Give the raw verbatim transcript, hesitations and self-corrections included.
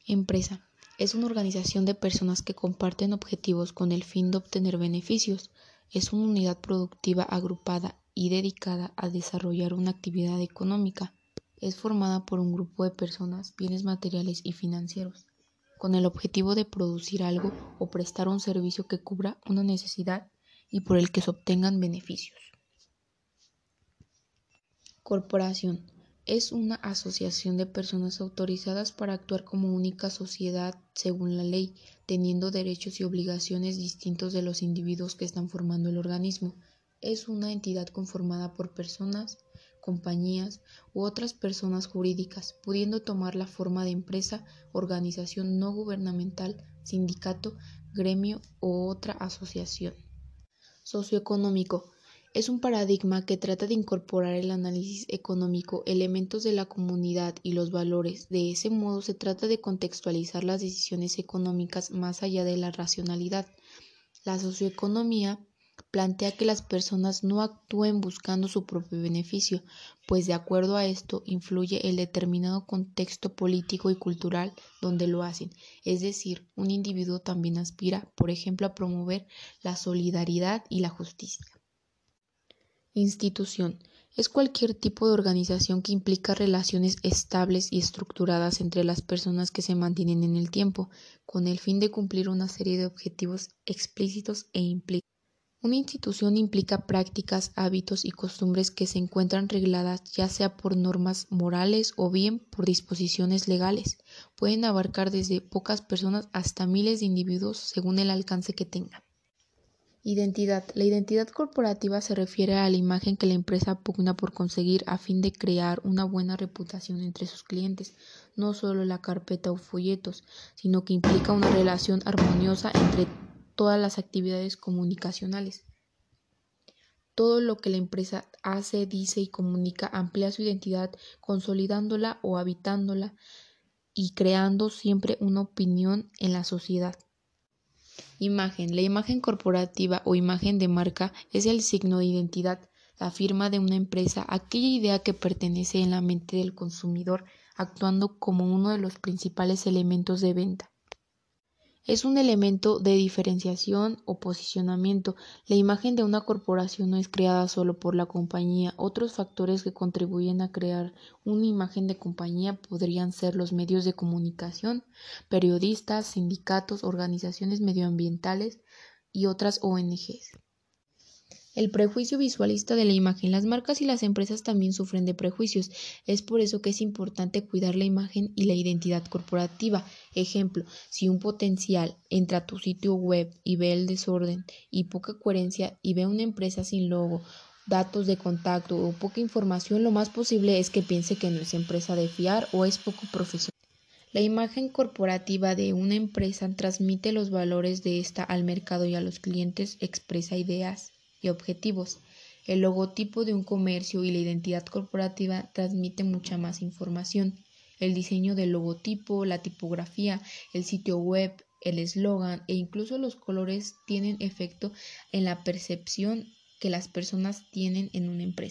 Empresa es una organización de personas que comparten objetivos con el fin de obtener beneficios. Es una unidad productiva agrupada y dedicada a desarrollar una actividad económica. Es formada por un grupo de personas, bienes materiales y financieros, con el objetivo de producir algo o prestar un servicio que cubra una necesidad y por el que se obtengan beneficios. Corporación es una asociación de personas autorizadas para actuar como única sociedad según la ley, teniendo derechos y obligaciones distintos de los individuos que están formando el organismo. Es una entidad conformada por personas, compañías u otras personas jurídicas, pudiendo tomar la forma de empresa, organización no gubernamental, sindicato, gremio u otra asociación. Socioeconómico es un paradigma que trata de incorporar el análisis económico, elementos de la comunidad y los valores. De ese modo se trata de contextualizar las decisiones económicas más allá de la racionalidad. La socioeconomía plantea que las personas no actúen buscando su propio beneficio, pues de acuerdo a esto influye el determinado contexto político y cultural donde lo hacen. Es decir, un individuo también aspira, por ejemplo, a promover la solidaridad y la justicia. Institución es cualquier tipo de organización que implica relaciones estables y estructuradas entre las personas que se mantienen en el tiempo, con el fin de cumplir una serie de objetivos explícitos e implícitos. Una institución implica prácticas, hábitos y costumbres que se encuentran regladas ya sea por normas morales o bien por disposiciones legales. Pueden abarcar desde pocas personas hasta miles de individuos según el alcance que tengan. Identidad. La identidad corporativa se refiere a la imagen que la empresa pugna por conseguir a fin de crear una buena reputación entre sus clientes, no solo la carpeta o folletos, sino que implica una relación armoniosa entre todas las actividades comunicacionales. Todo lo que la empresa hace, dice y comunica amplía su identidad, consolidándola o habitándola y creando siempre una opinión en la sociedad. Imagen. La imagen corporativa o imagen de marca es el signo de identidad, la firma de una empresa, aquella idea que pertenece en la mente del consumidor, actuando como uno de los principales elementos de venta. Es un elemento de diferenciación o posicionamiento. La imagen de una corporación no es creada solo por la compañía. Otros factores que contribuyen a crear una imagen de compañía podrían ser los medios de comunicación, periodistas, sindicatos, organizaciones medioambientales y otras O N Ges. El prejuicio visualista de la imagen. Las marcas y las empresas también sufren de prejuicios. Es por eso que es importante cuidar la imagen y la identidad corporativa. Ejemplo, si un potencial entra a tu sitio web y ve el desorden y poca coherencia y ve una empresa sin logo, datos de contacto o poca información, lo más posible es que piense que no es empresa de fiar o es poco profesional. La imagen corporativa de una empresa transmite los valores de esta al mercado y a los clientes, expresa ideas y objetivos. El logotipo de un comercio y la identidad corporativa transmite mucha más información. El diseño del logotipo, la tipografía, el sitio web, el eslogan e incluso los colores tienen efecto en la percepción que las personas tienen en una empresa.